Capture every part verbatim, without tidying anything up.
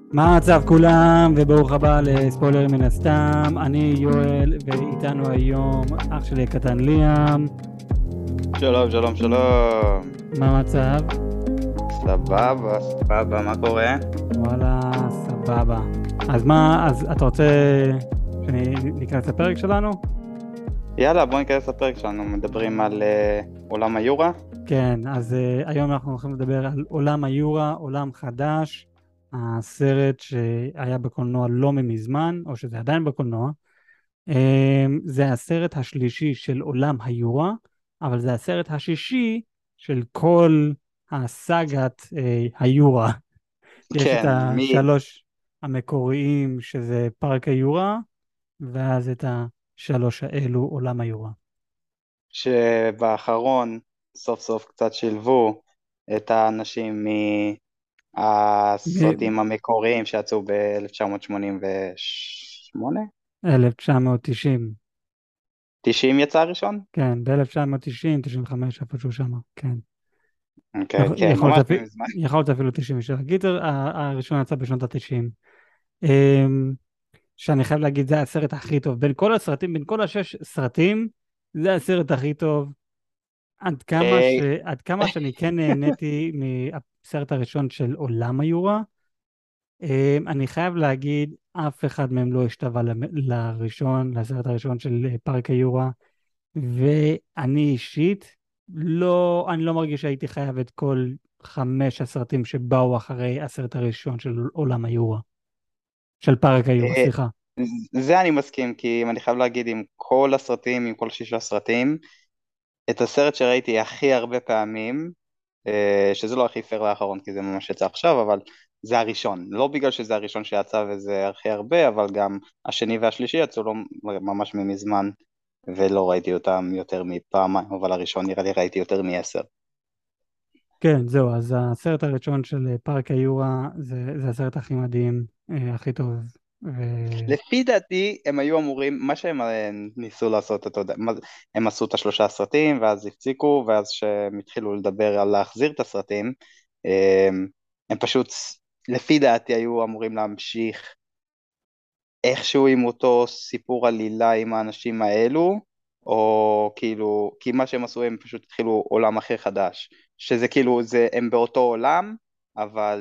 מה המצב כולם, וברוך הבא לספוילר מן הסתם. אני יואל, ואיתנו היום אח שלי הקטן ליאם. שלום, שלום, שלום. מה המצב? סבבה, סבבה, מה קורה? וואלה, סבבה. אז מה, אז אתה רוצה שניכנס לפרק שלנו? יאללה, בוא ניכנס לפרק שלנו, מדברים על uh, עולם היורה. כן, אז uh, היום אנחנו הולכים לדבר על עולם היורה, עולם חדש, הסרט שהיה בקולנוע לא ממזמן, או שזה עדיין בקולנוע. Um, זה הסרט השלישי של עולם היורה, אבל זה הסרט השישי של כל הסאגת uh, היורה. יש את כן, מי השלוש המקוריים שזה פארק היורה, ואז את השלוש האלו עולם היורה. שבאחרון סוף סוף קצת שילבו את האנשים מהסרטים המקוריים שיצאו ב-אלף תשע מאות שמונים ושמונה? ב-אלף תשע מאות תשעים. תשעים יצא הראשון? כן, ב-אלף תשע מאות תשעים, תשעים וחמש, איפשהו שם, כן. אוקיי, יכול כן, יכול להיות ממש אפילו, מזמן. יכול להיות אפילו תשעים ושבע. גיטר, ה- הראשון יצא בשנות ה-תשעים. אמ, שאני חייב להגיד, זה הסרט הכי טוב. בין כל הסרטים, בין כל השש סרטים, זה הסרט הכי טוב. עד כמה ש... אה, עד כמה שאני כן נהניתי מהסרט הראשון של עולם היורה, אמ, אני חייב להגיד, אף אחד מהם לא השתווה למ- לראשון, לסרט הראשון של אה, פארק היורה. ואני אישית, לא, אני לא מרגיש שהייתי חייב את כל חמש הסרטים שבאו אחרי הסרט הראשון של עולם היורה. של פארק היורה, אה, סליחה. זה אני מסכים, כי אם אני חייב להגיד, עם כל הסרטים, עם כל שישה סרטים, את הסרט שראיתי הכי הרבה פעמים, אה, שזה לא הכי פייר לאחרון כי זה ממש יצא עכשיו, אבל זה הראשון. לא בגלל שזה הראשון שיצא וזה הכי הרבה, אבל גם השני והשלישי יצאו לא ממש ממזמן, ולא ראיתי אותם יותר מפעמיים, אבל הראשון נראה לי ראיתי יותר מעשר. כן, זהו, אז הסרט הראשון של אה, פארק היורה זה, זה הסרט הכי מדהים, אה, הכי טוב. ו... לפי דעתי הם היו אמורים, מה שהם אה, ניסו לעשות, אתה יודע, מה זה- הם עשו את השלושה סרטים ואז הפסיקו, ואז שהם התחילו לדבר על להחזיר את הסרטים, אה, הם פשוט, לפי דעתי היו אמורים להמשיך איכשהו עם אותו סיפור עלילה עם האנשים האלו, או כאילו, כי מה שהם עשו הם פשוט התחילו עולם אחר חדש, שזה כאילו, זה, הם באותו עולם, אבל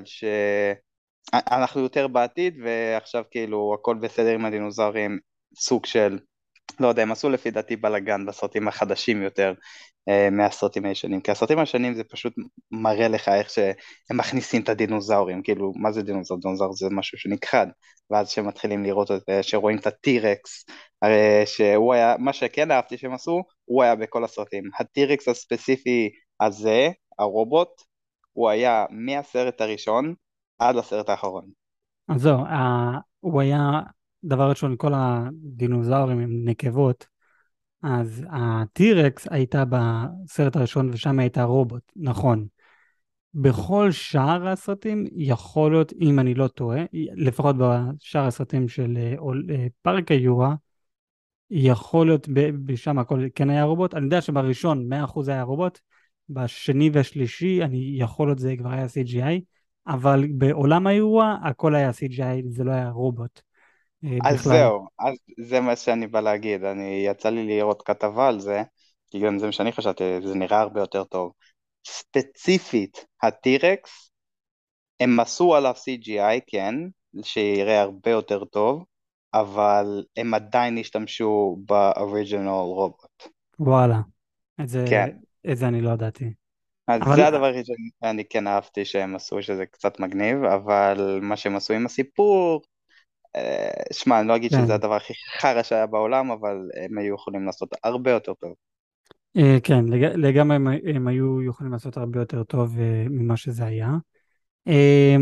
שאנחנו יותר בעתיד, ועכשיו כאילו הכל בסדר עם הדינוזאורים, סוג של, לא יודע, הם עשו לפי דעתי בלגן בסרטים החדשים יותר אה, מהסרטים הישנים, כי הסרטים הישנים זה פשוט מראה לך איך שהם מכניסים את הדינוזאורים, כאילו, מה זה דינוזאור? דינוזאור זה משהו שנכחד, ואז שמתחילים לראות את זה, שרואים את הטירקס, הרי שהוא היה, מה שכן אהבתי שהם עשו, הוא היה בכל הסרטים, הטירקס הספציפי הזה, הרובוט, הוא היה מהסרט הראשון עד לסרט האחרון. אז זהו, ה... הוא היה, דבר ראשון, כל הדינוזאורים הם נקבות, אז הטירקס הייתה בסרט הראשון ושם הייתה רובוט, נכון. בכל שאר הסרטים יכול להיות, אם אני לא טועה, לפחות בשאר הסרטים של אה, עול- אה, פארק היורה, יכול להיות ב- בשם הכל כן היה רובוט. אני יודע שבראשון מאה אחוז היה רובוט, בשני והשלישי אני יכול להיות זה כבר היה סי ג'י איי, אבל בעולם האירוע הכל היה סי ג'י איי, זה לא היה רובוט אה, אז בכלל. זהו, אז זה מה שאני בא להגיד, אני יצא לי לראות כתבה על זה, כי גם זה מה שאני חשבתי, זה נראה הרבה יותר טוב. ספציפית, הטירקס, הם עשו עליו סי ג'י איי, כן, שיראה הרבה יותר טוב, אבל הם עדיין השתמשו באוריג'ינל רובוט. וואלה, את זה, כן, את זה אני לא ידעתי. אז אבל זה הדבר הראשון שאני כן אהבתי שהם עשו, שזה קצת מגניב, אבל מה שהם עשו עם הסיפור, אה, שמע, אני לא אגיד שזה כן, הדבר הכי חרא שהיה בעולם, אבל הם היו יכולים לעשות הרבה יותר טוב. אה, כן, לג... לגמרי הם, הם היו יכולים לעשות הרבה יותר טוב אה, ממה שזה היה. אה,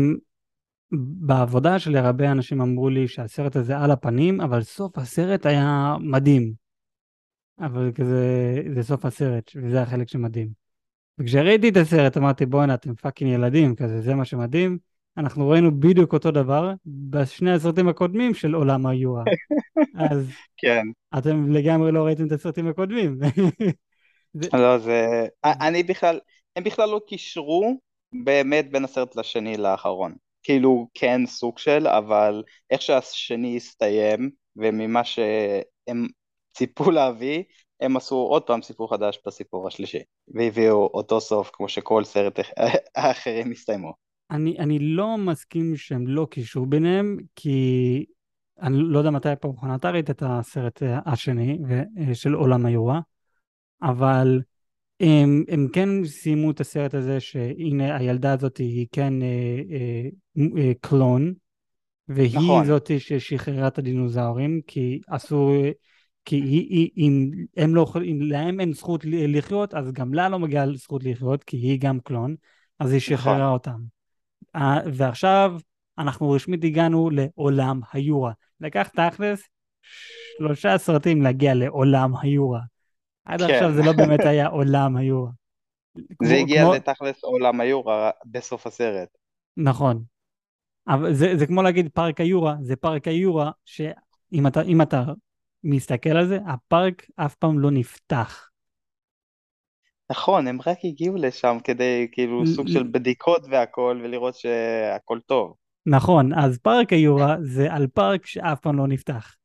בעבודה שלי הרבה אנשים אמרו לי שהסרט הזה על הפנים, אבל סוף הסרט היה מדהים. אבל כזה, זה סוף הסרט, וזה החלק שמדהים. וכשראיתי את הסרט אמרתי, בואנה, אתם פאקינג ילדים, כזה, זה מה שמדהים. אנחנו ראינו בדיוק אותו דבר בשני הסרטים הקודמים של עולם היורה. אז כן, אתם לגמרי לא ראיתם את הסרטים הקודמים. זה, לא, זה... אני בכלל, הם בכלל לא קישרו באמת בין הסרט לשני לאחרון. כאילו כן סוג של, אבל איך שהשני הסתיים, וממה שהם ציפו להביא, הם עשו עוד פעם סיפור חדש בסיפור השלישי, והביאו אותו סוף כמו שכל סרט האחרים הסתיימו. אני, אני לא מסכים שהם לא קישרו ביניהם, כי אני לא יודע מתי פעם אחרונה אתה ראית את הסרט אה, השני ו- אה, של עולם היורה, אבל הם, הם כן סיימו את הסרט הזה שהנה הילדה הזאת היא כן אה, אה, מ- אה, קלון, והיא נכון, זאת ששחררה את הדינוזאורים, כי עשו, כי היא, היא, אם הם לא יכולים, אם להם אין זכות ל- לחיות, אז גם לה לא מגיעה זכות לחיות, כי היא גם קלון, אז היא שחררה נכון, אותם. אה, ועכשיו אנחנו רשמית הגענו לעולם היורה. לקח תכלס שלושה סרטים להגיע לעולם היורה. עד כן. עכשיו זה לא באמת היה עולם היורה. זה כמו, הגיע כמו, לתכלס עולם היורה בסוף הסרט. נכון. אבל זה, זה כמו להגיד פארק היורה, זה פארק היורה שאם אתה, אם אתה מסתכל על זה, הפארק אף פעם לא נפתח. נכון, הם רק הגיעו לשם כדי כאילו סוג ל- של ל- בדיקות והכל, ולראות שהכל טוב. נכון, אז פארק היורה זה על פארק שאף פעם לא נפתח.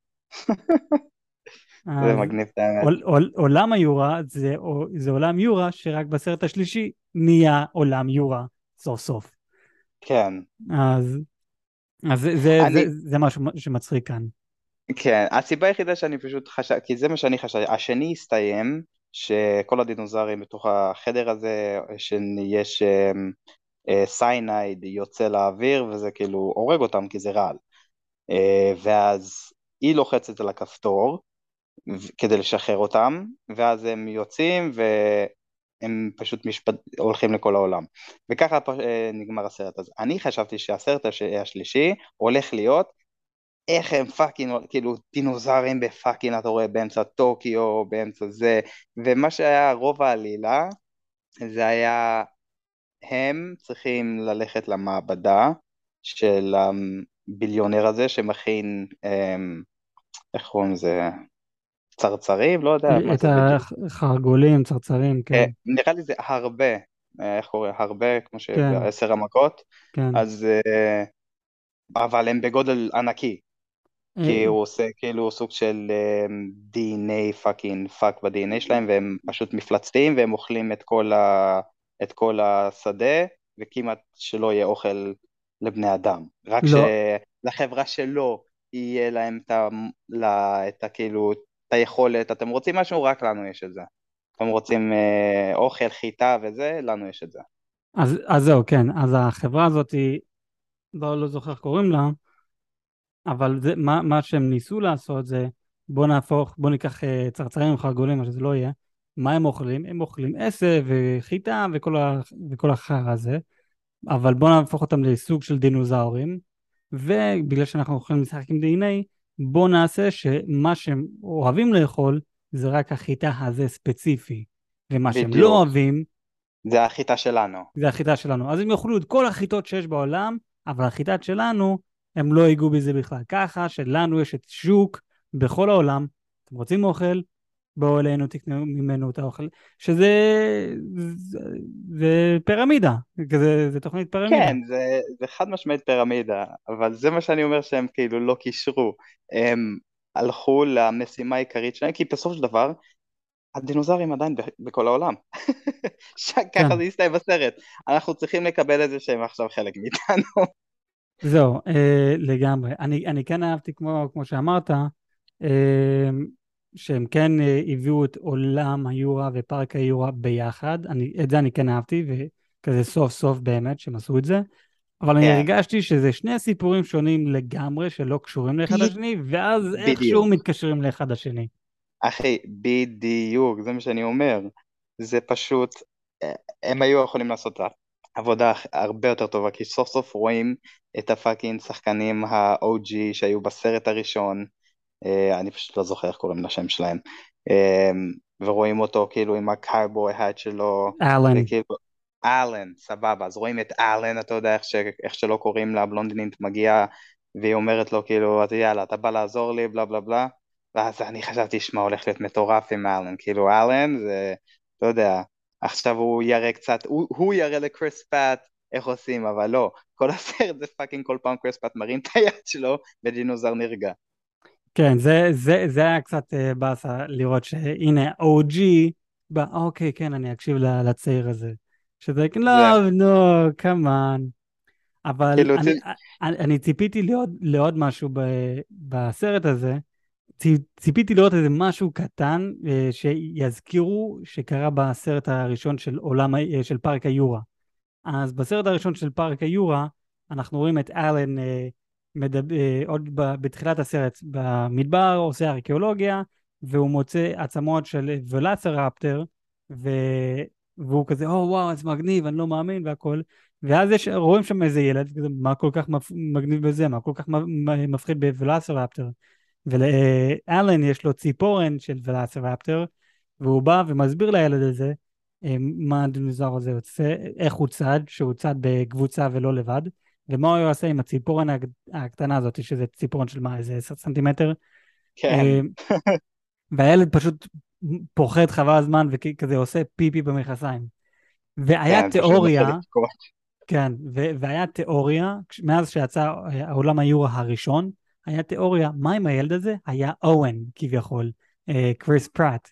זה אז מגניב את האמת. עול, עול, עולם היורה זה, זה עולם יורה שרק בסרט השלישי נהיה עולם יורה סוף סוף. כן. אז, אז זה, זה, זה, אני, זה משהו שמצחיק כאן. כן, הסיבה היחידה שאני פשוט חשב, כי זה מה שאני חשבתי, השני הסתיים, שכל הדינוזאורים בתוך החדר הזה, שיש סיינאיד יוצא לאוויר, וזה כאילו הורג אותם כי זה רעל. אה, ואז היא לוחצת על הכפתור, ו- כדי לשחרר אותם, ואז הם יוצאים והם פשוט משפט... הולכים לכל העולם. וככה פ... אה, נגמר הסרט הזה. אני חשבתי שהסרט הש... השלישי הולך להיות איך הם פאקינג, כאילו דינוזארים בפאקינג, אתה רואה באמצע טוקיו, באמצע זה, ומה שהיה רוב העלילה, זה היה הם צריכים ללכת למעבדה של הביליונר הזה שמכין, אמ, איך קוראים לזה, צרצרים? לא יודע מה את זה בדיוק. החרגולים, צרצרים, אה, כן, נראה לי זה הרבה, אה, איך קוראים? הרבה, כמו כן, שבעשר המכות, כן. אז, אה, אבל הם בגודל ענקי, כי אה, הוא עושה כאילו סוג של די אן איי פאקינג פאק ב-די אן איי שלהם, והם פשוט מפלצתיים, והם אוכלים את כל, ה, את כל השדה, וכמעט שלא יהיה אוכל לבני אדם. רק לא, שלחברה שלו יהיה להם את ה, לה, את ה, כאילו, את היכולת, אתם רוצים משהו? רק לנו יש את זה. אתם רוצים אה, אוכל, חיטה וזה, לנו יש את זה. אז, אז זהו, כן, אז החברה הזאת, לא, לא זוכר איך קוראים לה, אבל זה, מה, מה שהם ניסו לעשות זה, בוא נהפוך, בוא ניקח אה, צרצרים או חרגולים, מה שזה לא יהיה, מה הם אוכלים? הם אוכלים עשב וחיטה וכל, ה, וכל החרא הזה, אבל בוא נהפוך אותם לסוג של דינוזאורים, ובגלל שאנחנו יכולים לשחק עם די אן איי, בוא נעשה שמה שהם אוהבים לאכול, זה רק החיטה הזה ספציפי, ומה שהם לא בדיוק. אוהבים, זה החיטה שלנו. זה החיטה שלנו. אז הם יאכלו את כל החיטות שיש בעולם, אבל החיטה שלנו, הם לא ייגעו בזה בכלל. ככה שלנו יש את שוק בכל העולם. אתם רוצים אוכל? בואו אלינו, תקנו ממנו את האוכל. שזה זה, זה פירמידה, זה, זה תוכנית פירמידה. כן, זה, זה חד משמעית פירמידה, אבל זה מה שאני אומר שהם כאילו לא קישרו. הם הלכו למשימה העיקרית שלהם, כי בסופו של דבר, הדינוזאורים עדיין ב- בכל העולם. ש- כן, ככה זה הסתיים בסרט. אנחנו צריכים לקבל את זה שהם עכשיו חלק מאיתנו. זהו, אה, לגמרי. אני, אני כן אהבתי, כמו, כמו שאמרת, אה, שהם כן אה, הביאו את עולם היורה ופארק היורה ביחד. אני, את זה אני כן אהבתי, וכזה סוף סוף באמת שהם עשו את זה. אבל אני כן, הרגשתי שזה שני סיפורים שונים לגמרי, שלא קשורים לאחד ב- השני, ואז איכשהו בדיוק. מתקשרים לאחד השני. אחי, בדיוק, זה מה שאני אומר. זה פשוט, אה, הם היו יכולים לעשות עבודה הרבה יותר טובה, כי סוף סוף רואים את הפאקינג שחקנים ה-או ג'י שהיו בסרט הראשון, אה, אני פשוט לא זוכר איך קוראים לשם שלהם, אה, ורואים אותו כאילו עם הקייבוי האט שלו, אלן, וכאילו, אלן, סבבה, אז רואים את אלן, אתה יודע איך, ש... איך שלא קוראים לה, הבלונדינית מגיעה, והיא אומרת לו כאילו, אז יאללה, אתה בא לעזור לי, בלה בלה בלה, ואז אני חשבתי, שמע, הולך להיות מטורף עם אלן, כאילו אלן זה, אתה יודע, עכשיו הוא יראה קצת, הוא, הוא יראה לקריס פאט, איך עושים, אבל לא, כל הסרט זה פאקינג כל פעם קרספט מרים את היד שלו, ודינוזר נרגע. כן, זה, זה, זה היה קצת אה, באסה לראות שהנה או ג'י, בא, אוקיי, כן, אני אקשיב ל- לצעיר הזה. שזה, זה, לא, נו, כמובן. אבל כאילו, אני, צי- אני, אני ציפיתי לעוד, לעוד משהו ב, בסרט הזה, צי- ציפיתי לראות איזה משהו קטן אה, שיזכירו שקרה בסרט הראשון של עולם, ה- אה, של פארק היורה. אז בסרט הראשון של פארק היורה, אנחנו רואים את אלן אה, מדבר, אה, עוד ב, בתחילת הסרט במדבר, עושה ארכיאולוגיה, והוא מוצא עצמות של ולאסרפטר, ו... והוא כזה, או וואו, איזה מגניב, אני לא מאמין והכל. ואז יש, רואים שם איזה ילד, כזה, מה כל כך מפ... מגניב בזה, מה כל כך מ- מ- מפחיד בוולאסרפטר. ולאלן יש לו ציפורן של ולאסרפטר, והוא בא ומסביר לילד הזה, אה, מה הדינוזאור הזה יוצא, איך הוא צד, שהוא צד בקבוצה ולא לבד, ומה הוא עושה עם הציפורן הק- הקטנה הזאת, שזה ציפורן של מה, איזה עשרה סנטימטר, כן, אה, והילד פשוט פוחד חבל הזמן וכזה עושה פיפי במכנסיים. והיה כן, פשוט מתחיל תיאוריה, לבכות. כן, ו- והיה תיאוריה, כש- מאז שיצא אה, העולם היורו הראשון, היה תיאוריה, מה עם הילד הזה? היה אוהן כביכול, אה, קריס פראט.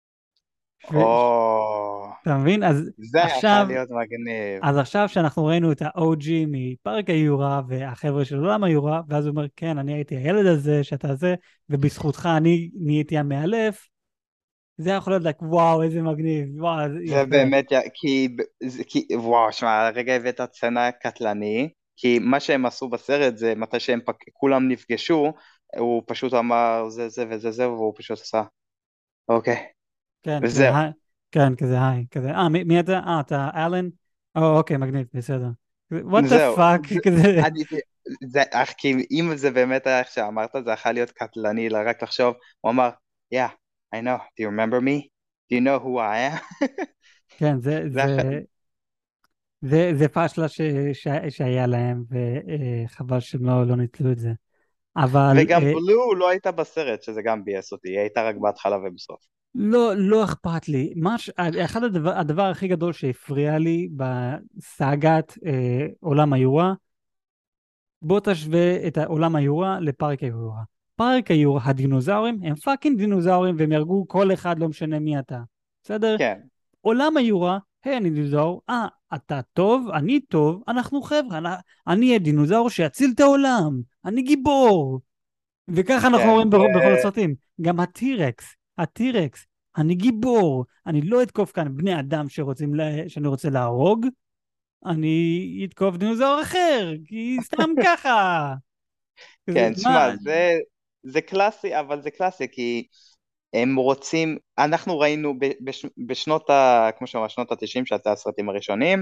או, אתה מבין? אז זה יכול עכשיו, להיות מגניב. אז עכשיו שאנחנו ראינו את ה-או ג'י מפארק היורה והחבר'ה של עולם היורה, ואז הוא אומר, כן, אני הייתי הילד הזה שאתה זה, ובזכותך אני נהייתי המאלף, זה יכול להיות like, וואו, איזה מגניב, וואו, זה זה יפה. באמת, י- כי, זה- כי, וואו, שמע, הרגע הבאת סצנה קטלני, כי מה שהם עשו בסרט זה מתי שהם פק, כולם נפגשו, הוא פשוט אמר זה זה וזה זה, והוא פשוט עשה, אוקיי, כן, כזה, וזהו, היי, כן, כזה, היי, כזה, אה, מי, מי אתה? אה, אתה אלן? או, אוקיי, מגניב, בסדר. כזה, what the זהו, fuck, זה, כזה, אני, זה, אך, כי אם זה באמת היה איך שאמרת, זה יכול להיות קטלני, אלא רק לחשוב, הוא אמר, yeah, I know, do you remember me? Do you know who I am? כן, זה, זה יכול, זה, זה, זה פשלה ש, ש, שהיה להם, וחבל שהם לא, לא ניצלו את זה. אבל וגם אה, בלו לא הייתה בסרט, שזה גם ביאס אותי, היא הייתה רק בהתחלה ובסוף. לא, לא אכפת לי. מה ש... אחד הדבר, הדבר הכי גדול שהפריע לי בסאגת אה, עולם היורה, בוא תשווה את עולם היורה לפארק היורה. פארק היורה, הדינוזאורים הם פאקינג דינוזאורים והם ירגו כל אחד, לא משנה מי אתה. בסדר? כן, עולם היורה, היי אני דינוזאור, אה, אתה טוב, אני טוב, אנחנו חבר'ה, אני אני אהיה דינוזאור שיציל את העולם, אני גיבור. וככה אנחנו כן, רואים זה, בכ- בכל הסרטים. גם הטירקס, הטירקס, אני גיבור, אני לא אתקוף כאן בני אדם שרוצים, לה, שאני רוצה להרוג, אני אתקוף דינוזאור אחר, כי סתם ככה. כזה, כן, מה, שמע, זה, זה קלאסי, אבל זה קלאסי, כי הם רוצים, אנחנו ראינו ב- בש, בשנות ה... כמו שאמרה, שנות ה-תשעים, שאתה הסרטים הראשונים,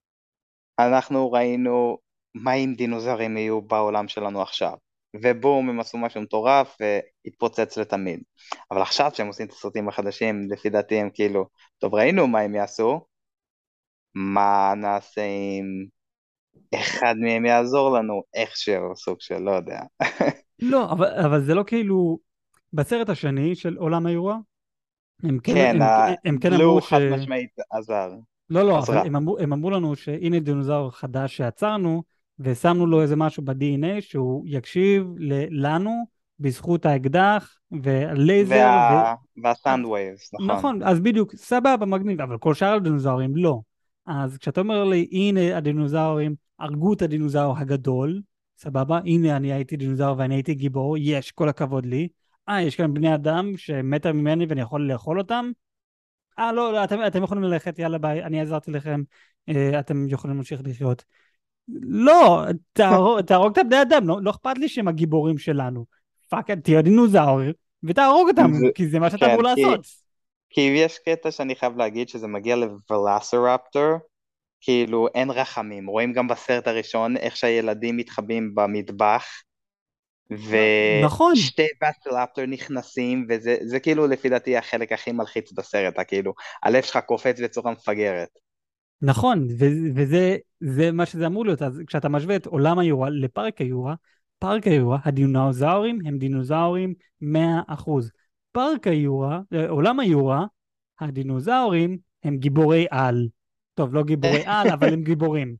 אנחנו ראינו מה אם דינוזאורים יהיו בעולם שלנו עכשיו. ובום, הם עשו משהו מטורף והתפוצץ לתמיד. אבל עכשיו שהם עושים את הסרטים החדשים, לפי דעתי הם כאילו, טוב, ראינו מה הם יעשו, מה נעשה אם אחד מהם יעזור לנו איכשהו, סוג של, לא יודע. לא, אבל, אבל זה לא כאילו, בסרט השני של עולם היורה, הם כן, כן, הם, הם כן אמרו הבלו ש... חד משמעית עזר, לא, לא, אבל עזרה. הם אמרו, הם אמרו לנו שהנה דינוזאור חדש שעצרנו, ושמנו לו איזה משהו ב-די אן איי שהוא יקשיב ל- לנו בזכות האקדח והלייזר, ו... וה... אז, והסאונד ווייבס, נכון. נכון, אז בדיוק, סבבה, מגניב, אבל כל שאר הדינוזאורים לא. אז כשאתה אומר לי, הנה הדינוזאורים, הרגו את הדינוזאור הגדול, סבבה, הנה אני הייתי דינוזאור ואני הייתי גיבור, יש, כל הכבוד לי. אה, יש כאן בני אדם שמטר ממני ואני יכול לאכול אותם, אה, לא, לא, אתם, אתם יכולים ללכת, יאללה ביי, אני עזרתי לכם, אה, אתם יכולים להמשיך לחיות. לא, תהרוג, תהרוג את הבני אדם, לא, לא אכפת לי שהם הגיבורים שלנו. פאק, תהיה דינוזאור ותהרוג אותם, זה... כי זה מה שאתה כן, אמור כי... לעשות. כי יש קטע שאני חייב להגיד שזה מגיע לוולאסרפטור, כאילו אין רחמים, רואים גם בסרט הראשון איך שהילדים מתחבאים במטבח, לא, נכון, ושתי וסרפטור נכנסים, וזה זה כאילו לפי דעתי החלק הכי מלחיץ בסרט, כאילו, הלב שלך קופץ בצורה מפגרת. נכון, ו- וזה זה מה שזה אמור להיות. אז כשאתה משווה את עולם היורה לפארק היורה, פארק היורה, הדינוזאורים הם דינוזאורים מאה אחוז. פארק היורה, אה, עולם היורה, הדינוזאורים הם גיבורי על. טוב, לא גיבורי על, אבל הם גיבורים.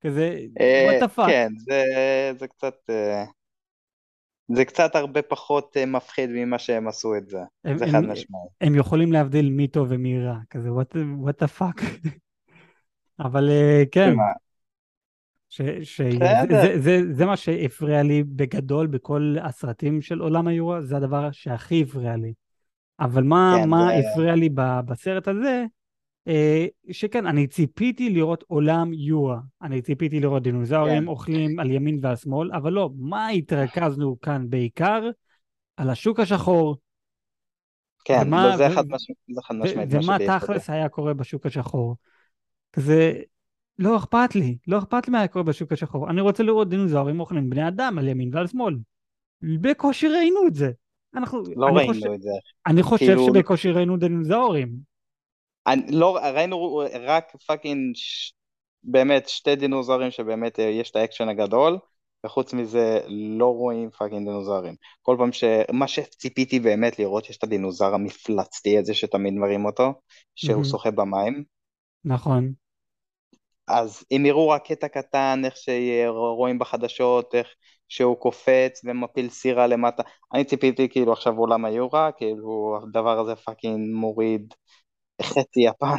כזה, what אה, the fuck. כן, זה, זה קצת, אה, זה קצת הרבה פחות אה, מפחיד ממה שהם עשו את זה. הם, זה חד הם, משמעי. הם יכולים להבדיל מי טוב ומי רע, כזה, what, what the fuck. אבל אה, כן, תשמע, ש, שזה, זה, בסדר, זה, זה זה מה שהפריע לי בגדול בכל הסרטים של עולם היורה, זה הדבר שהכי הפריע לי. אבל מה, כן, זה, מה הפריע לי ב- בסרט הזה? אה, שכן, אני ציפיתי לראות עולם יורה. אני ציפיתי לראות כן, דינוזאורים אוכלים על ימין ועל שמאל, אבל לא, מה התרכזנו כאן בעיקר? על השוק השחור. כן, לא, ומה, זה ו, חד משמעית, זה חד ו, משמעית מה ומה שבייש אותי. תכלס היה קורה בשוק השחור. כזה, לא אכפת לי, לא אכפת לי מה היה קורה בשוק השחור. אני רוצה לראות דינוזאורים אוכלים בני אדם על ימין ועל שמאל. בקושי ראינו את זה. אנחנו, לא אני חושב, ראינו את זה. אני חושב כאילו, שבקושי ראינו דינוזאורים. אני, לא, ראינו רק פאקינג, ש... באמת, שתי דינוזאורים שבאמת אה, יש את האקשן הגדול, וחוץ מזה לא רואים פאקינג דינוזאורים. כל פעם ש... מה שציפיתי באמת לראות, יש את הדינוזאר המפלצתי הזה שתמיד מראים אותו, שהוא מהמם, שוחה במים. נכון. אז אם יראו רק קטע קטן, איך שרואים בחדשות, איך שהוא קופץ ומפיל סירה למטה, אני ציפיתי כאילו עכשיו עולם היורה, כאילו הדבר הזה פאקינג מוריד חצי יפן.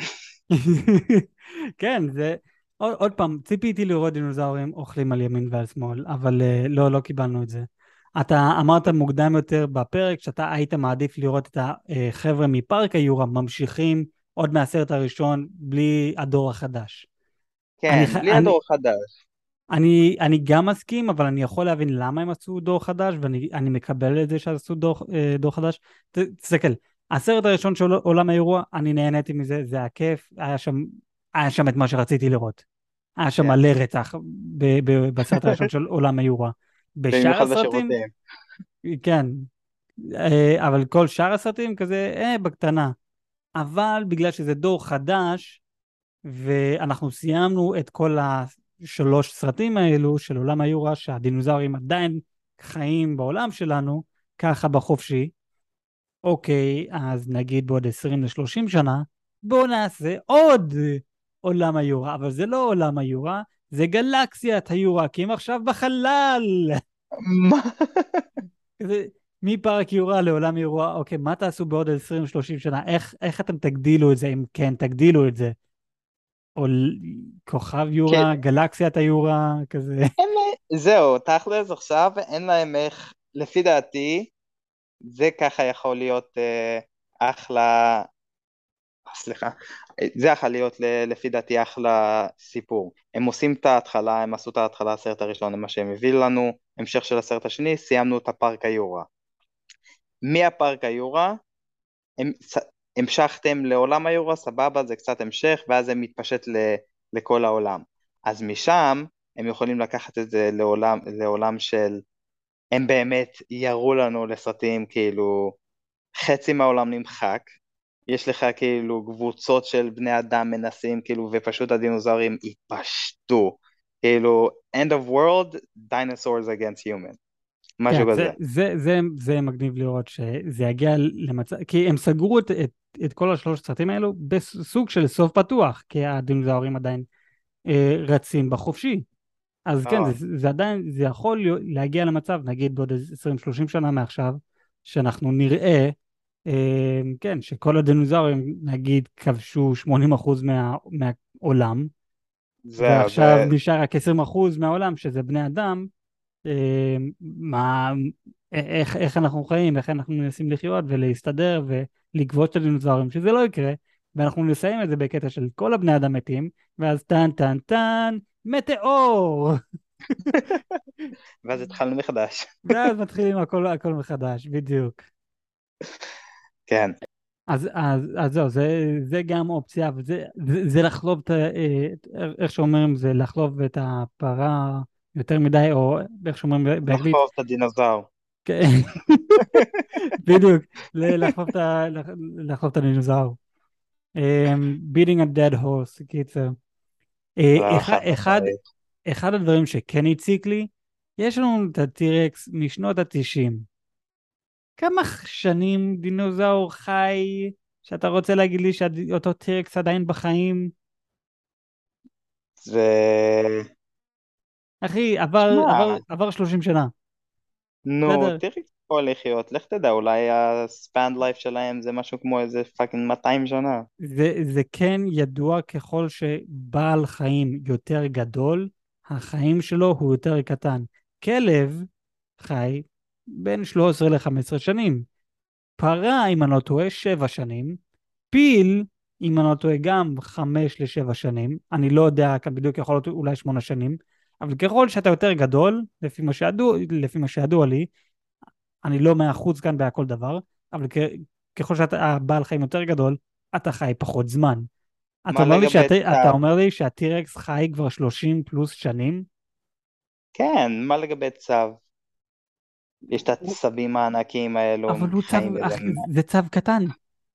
כן, זה... עוד, עוד פעם, ציפיתי לראות דינוזאורים אוכלים על ימין ועל שמאל, אבל uh, לא, לא קיבלנו את זה. אתה אמרת מוקדם יותר בפרק שאתה היית מעדיף לראות את החבר'ה מפארק היורה ממשיכים עוד מהסרט הראשון בלי הדור החדש. אני, ח- כן, בלי אני, הדור החדש. אני, אני גם מסכים, אבל אני יכול להבין למה הם עשו דור חדש, ואני אני מקבל את זה שעשו דור, אה, דור חדש. ת- תסתכל, הסרט הראשון של עולם האירוע, אני נהניתי מזה, זה היה כיף, היה שם, היה שם את מה שרציתי לראות. היה שם כן, מלא רצח ב, ב, בסרט הראשון של עולם האירוע. בשאר במיוחד הסרטים, בשירותים. כן, אה, אבל כל שאר הסרטים כזה, אה, בקטנה. אבל בגלל שזה דור חדש, ואנחנו סיימנו את כל השלוש סרטים האלו של עולם היורה, שהדינוזאורים עדיין חיים בעולם שלנו, ככה בחופשי. אוקיי, אז נגיד בעוד עשרים לשלושים שנה, בואו נעשה עוד עולם היורה, אבל זה לא עולם היורה, זה גלקסיית היורה, כי הם עכשיו בחלל. מה? זה מפארק יורה לעולם יורה, אוקיי, מה תעשו בעוד עשרים שלושים שנה? איך, איך אתם תגדילו את זה, אם כן תגדילו את זה? או ל- כוכב כן, יורה, גלקסיית היורה, כזה. אין להם, זהו, תכלס עכשיו אין להם איך, לפי דעתי, זה ככה יכול להיות אה, אחלה, סליחה, זה יכול להיות ל- לפי דעתי אחלה סיפור. הם עושים את ההתחלה, הם עשו את ההתחלה, הסרט הראשון, מה שהם הביאו לנו, המשך של הסרט השני, סיימנו את הפארק היורה. מהפארק היורה, הם, המשכתם לעולם היורה, סבבה, זה קצת המשך, ואז זה מתפשט ל, לכל העולם. אז משם, הם יכולים לקחת את זה לעולם, לעולם של, הם באמת יראו לנו לסרטים, כאילו, חצי מהעולם נמחק, יש לך כאילו קבוצות של בני אדם מנסים, כאילו, ופשוט הדינוזאורים התפשטו, כאילו, end of world, dinosaurs against human, משהו כן, זה, כזה. זה, זה, זה מגניב לראות שזה יגיע למצב, כי הם סגרו את, את, את כל השלוש סרטים האלו בסוג של סוף פתוח, כי הדינוזאורים עדיין אה, רצים בחופשי. אז כן, נכון, זה, זה עדיין, זה יכול להיות- להגיע למצב, נגיד בעוד עשרים שלושים שנה מעכשיו, שאנחנו נראה, אה, כן, שכל הדינוזאורים, נגיד, כבשו שמונים אחוז מה, מהעולם, זהו, ועכשיו זה, נשאר רק עשרים אחוז מהעולם, שזה בני אדם, אה, מה, איך, איך אנחנו חיים, איך אנחנו מנסים לחיות ולהסתדר ולגבות את הדינוזאורים, שזה לא יקרה, ואנחנו נסיים את זה בקטע של כל הבני אדם מתים, ואז טן טן טן, מטאור! ואז התחלנו מחדש. ואז מתחילים הכל, הכל מחדש, בדיוק. כן, אז, אז, אז זהו, זה, זה גם אופציה, וזה זה, זה לחלוב את, ה- אה, את- איך שאומרים, זה לחלוב את הפרה יותר מדי, או איך שאומרים באנגלית, לחפור את הדינוזאור. כן, בדיוק, ל- לחלוב את ה- לח- לחלוב את הדינוזאור. אמ, beating a dead horse, קיצר. אה, לא, אחד, חד אחד, משמעית. אחד הדברים שכן הציק לי, יש לנו את הטירקס משנות התשעים. כמה שנים דינוזאור חי, שאתה רוצה להגיד לי שאותו טירקס עדיין בחיים? זה... אחי, עבר, עבר, שמע, עבר שלושים שנה. נו, בסדר? תראי יכול לחיות, לך תדע, אולי הספאנד לייף שלהם זה משהו כמו איזה פאקינג מאתיים שנה. זה, זה כן ידוע ככל שבעל חיים יותר גדול, החיים שלו הוא יותר קטן. כלב חי בין שלוש עשרה ל-חמש עשרה שנים. פרה, אם אני לא טועה, שבע שנים. פיל, אם אני לא טועה, גם חמש לשבע שנים. אני לא יודע כאן בדיוק, יכול להיות אולי שמונה שנים. אבל ככל שאתה יותר גדול, לפי מה שידוע, לפי מה שידוע לי, אני לא מאה אחוז כאן בהכל דבר, אבל כ, ככל שאתה בעל חיים יותר גדול, אתה חי פחות זמן. אתה מה אומר לי לגבי שאתה, אתה צב? אומר לי שהטירקס חי כבר שלושים פלוס שנים? כן, מה לגבי צב? יש את הוא- הצבים הענקיים האלו, אבל הם הוא צב, חיים באיזה... אח- זה צב קטן.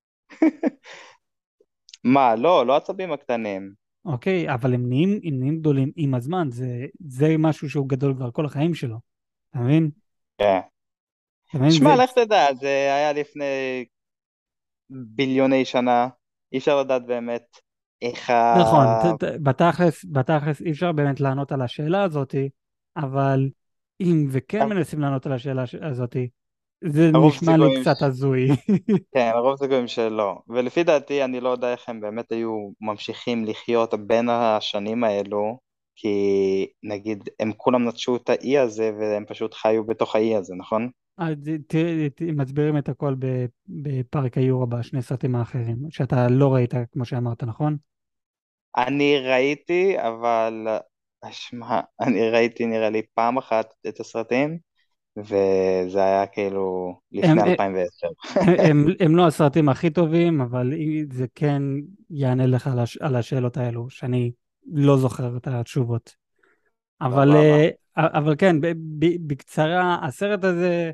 מה, לא, לא הצבים הקטנים. אוקיי, אבל הם נהיים, הם נהיים גדולים עם הזמן, זה, זה משהו שהוא גדול כבר כל החיים שלו, אתה מבין? כן. אתה מבין? זה, שמע, לך תדע, זה היה לפני ביליוני שנה, אי אפשר לדעת באמת איך נכון, ת, ה... ת, בתכלס, בתכלס אי אפשר באמת לענות על השאלה הזאת, אבל אם וכן מנסים לענות על השאלה ש- הזאת, זה הרוב נשמע לי סיכויים, קצת הזוי. כן, הרוב סיכויים שלא. ולפי דעתי, אני לא יודע איך הם באמת היו ממשיכים לחיות בין השנים האלו, כי נגיד, הם כולם נטשו את האי הזה, והם פשוט חיו בתוך האי הזה, נכון? אז תראה, ת- מסבירים את הכל ב- בפארק היורו בשני סרטים האחרים, שאתה לא ראית, כמו שאמרת, נכון? אני ראיתי, אבל, שמע, אני ראיתי נראה לי פעם אחת את הסרטים, וזה היה כאילו הם, לפני אלפיים ועשר. הם, הם, הם לא הסרטים הכי טובים, אבל זה כן יענה לך על, הש, על השאלות האלו, שאני לא זוכר את התשובות. אבל, סבבה. אה, אבל כן, ב, ב, בקצרה, הסרט הזה,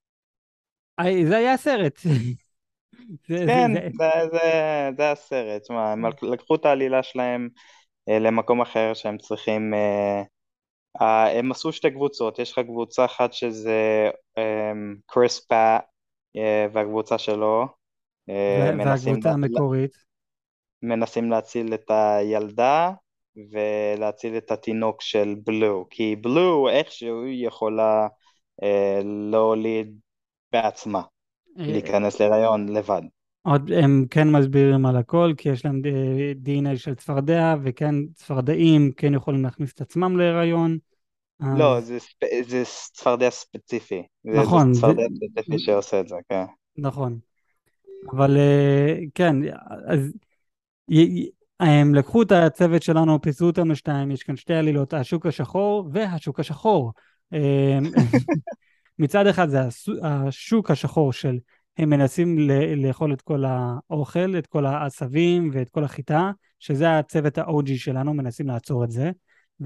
אה, זה היה סרט. זה, זה, כן, זה, זה, זה, זה הסרט, שמע, הם לקחו את העלילה שלהם אה, למקום אחר שהם צריכים, אה, אה, הם עשו שתי קבוצות, יש לך קבוצה אחת שזה אה, קריס פאט אה, והקבוצה שלו, אה, וה- מנסים, והקבוצה לה- המקורית. מנסים להציל את הילדה ולהציל את התינוק של בלו, כי בלו איכשהו היא יכולה אה, להוליד בעצמה, אה, להיכנס להיריון לבד. עוד הם כן מסבירים על הכל, כי יש להם די אן איי של צפרדע, וכן צפרדעים כן יכולים להכניס את עצמם להיריון, לא, אז זה, ספ- זה צפרדע ספציפי, זה, זה נכון, זה, צפרדע ספציפי שעושה את זה, כן. נכון. אבל אה, כן, אז י- י- הם לקחו את הצוות שלנו, פיצלו אותם לשתיים, יש כאן שתי עלילות, השוק השחור והשוק השחור. אה, מצד אחד זה הסו- השוק השחור של הם מנסים ל- לאכול את כל האוכל, את כל העשבים ואת כל החיטה, שזה הצוות ה-או ג'י שלנו, מנסים לעצור את זה.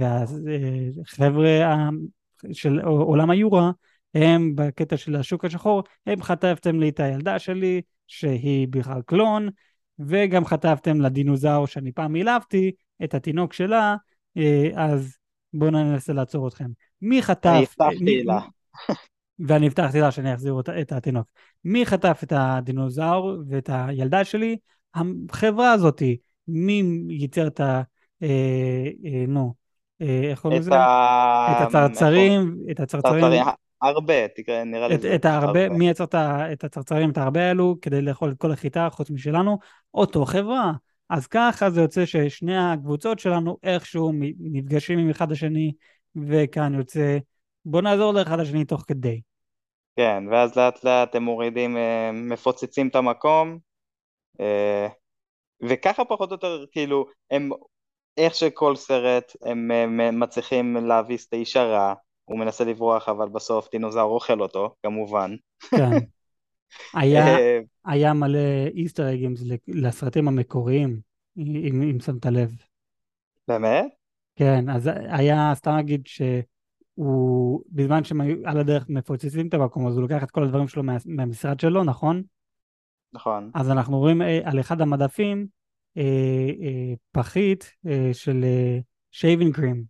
והחבר'ה של עולם היורה, הם בקטע של השוק השחור, הם חטפתם לי את הילדה שלי, שהיא בכלל קלון, וגם חטפתם לדינוזאור שאני פעם העלבתי, את התינוק שלה, אה, אז בואו ננסה לעצור אתכם. מי אני חטף, אה, מי, הבטחתי לה. ואני הבטחתי לה שאני אחזיר אותה, את התינוק. מי חטף את הדינוזאור ואת הילדה שלי? החברה הזאתי. מי ייצר את ה... אה, אה, נו, אה, איך קוראים את לזה? את ה... איך קוראים? הצרצרים, את צרצרים, הצרצרים, הרבה, תקרא, נראה לי את, זה את פשוט ההרבה, הרבה. מי יצר את ה- את הצרצרים, את ההרבה האלו, כדי לאכול את כל החיטה חוץ משלנו? אותו חברה. אז ככה זה יוצא ששני הקבוצות שלנו איכשהו מ- נפגשים עם אחד השני, וכאן יוצא, בוא נעזור לאחד השני תוך כדי. כן, ואז לאט לאט הם מורידים, אה, מפוצצים את המקום, אה, וככה פחות או יותר, כאילו, הם, איך שכל סרט, הם אה, מ- מצליחים להביס את האיש הרע, הוא מנסה לברוח, אבל בסוף דינוזאור אוכל אותו, כמובן. כן. היה, אה, היה מלא איסטר אגים לסרטים המקוריים, אם, אם שמת לב. באמת? כן, אז היה, סתם אגיד שהוא, בזמן שהם היו על הדרך מפוצצים את המקום, אז הוא לוקח את כל הדברים שלו מה, מהמשרד שלו, נכון? נכון. אז אנחנו רואים אה, על אחד המדפים אה, אה, פחית אה, של שייבינג קרים,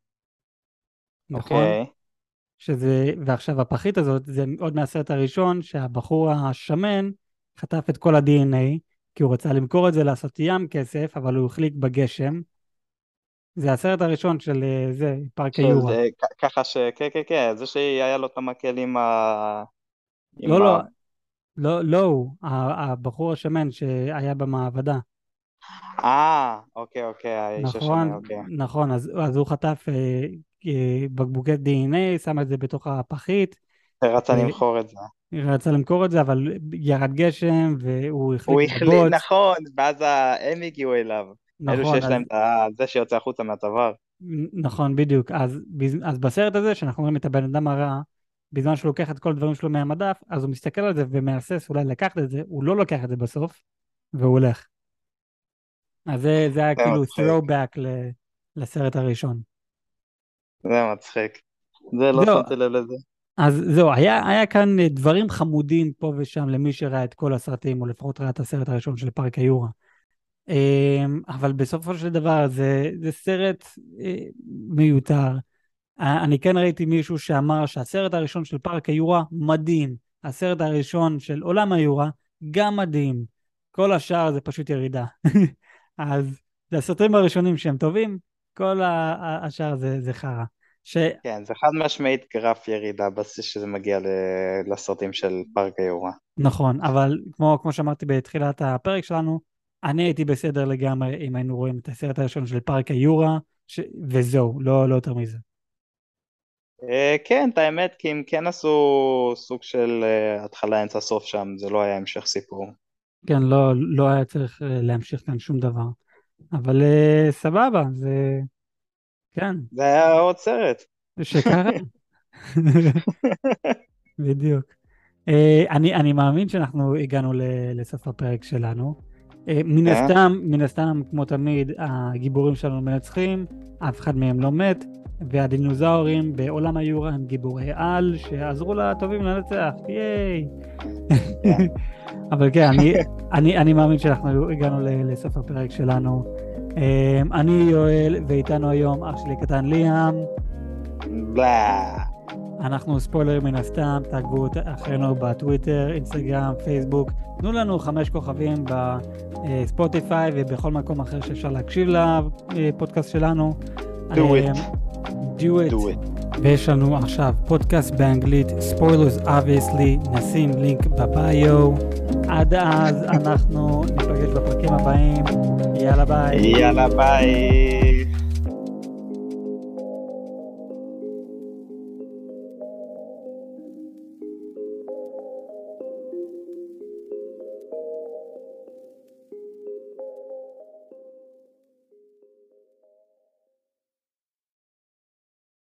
נכון? אוקיי. שזה, ועכשיו הפחית הזאת, זה עוד מהסרט הראשון, שהבחור השמן חטף את כל ה-די אן איי, כי הוא רצה למכור את זה, לעשות ים כסף, אבל הוא החליק בגשם, זה הסרט הראשון של אה, זה, פארק של היורה. אה, כ- ככה ש... כן, כן, כן, זה שהיה לו את המקל עם ה... לא, עם לא, ה... לא, לא הוא, ה- הבחור השמן שהיה במעבדה. אה, אוקיי, אוקיי, האיש השני, נכון, אוקיי. נכון, אז, אז הוא חטף אה, אה, בקבוקי די אן איי, שם את זה בתוך הפחית, רצה למכור את זה. ורצה למכור את זה, אבל ירד גשם, והוא החליק הוא החליט, בבוץ. נכון, ואז ה- הם הגיעו אליו. אלו נכון, שיש אז להם את ה- זה שיוצא החוצה מהצוואר. נכון, בדיוק. אז, בז- אז בסרט הזה, שאנחנו רואים את הבן אדם הרע, בזמן שהוא לוקח את כל הדברים שלו מהמדף, אז הוא מסתכל על זה ומהסס אולי לקחת את זה, הוא לא לוקח את זה בסוף, והוא הולך. אז זה, זה היה זה כאילו מצחיק, throwback ל, לסרט הראשון. זה מצחיק. זה לא זהו, שמתי לב לזה. אז זהו, היה, היה כאן אה, דברים חמודים פה ושם למי שראה את כל הסרטים, או לפחות ראה את הסרט הראשון של פארק היורה. אמ, אבל בסופו של דבר זה, זה סרט אה, מיותר. אה, אני כן ראיתי מישהו שאמר שהסרט הראשון של פארק היורה מדהים, הסרט הראשון של עולם היורה גם מדהים, כל השאר זה פשוט ירידה. אז זה הסרטים הראשונים שהם טובים, כל ה- ה- השאר זה, זה חרא. ש... כן, זה חד משמעית גרף ירידה בסיס שזה מגיע ל- לסרטים של פארק היורה. נכון, אבל כמו, כמו שאמרתי בתחילת הפרק שלנו, אני הייתי בסדר לגמרי אם היינו רואים את הסרט הראשון של פארק היורה, ש... וזהו, לא, לא יותר מזה. אה, כן, את האמת, כי הם כן עשו סוג של אה, התחלה, אמצע, סוף שם, זה לא היה המשך סיפור. כן, לא, לא היה צריך אה, להמשיך כאן שום דבר. אבל אה, סבבה, זה... כן, זה היה עוד סרט. שקרה. בדיוק. אה, אני, אני מאמין שאנחנו הגענו ל- לסוף הפרק שלנו. אה, מן כן? הסתם, מן הסתם, כמו תמיד, הגיבורים שלנו מנצחים, אף אחד מהם לא מת, והדינוזאורים בעולם היורה הם גיבורי על שעזרו לטובים לנצח, ייי! כן. אבל כן, אני, אני, אני מאמין שאנחנו הגענו ל- לסוף הפרק שלנו. אה, אני יואל, ואיתנו היום אח שלי קטן ליאם. בלה. אנחנו ספוילרים מן הסתם, תעקבו אחרינו בטוויטר, אינסטגרם, פייסבוק. תנו לנו חמש כוכבים בספוטיפיי ובכל מקום אחר שאפשר להקשיב לפודקאסט שלנו. Do it. Do it. Do it. ויש לנו עכשיו פודקאסט באנגלית, Spoilers obviously, נשים לינק בביו. עד אז אנחנו ניפגש בפרקים הבאים. יאללה ביי. יאללה ביי.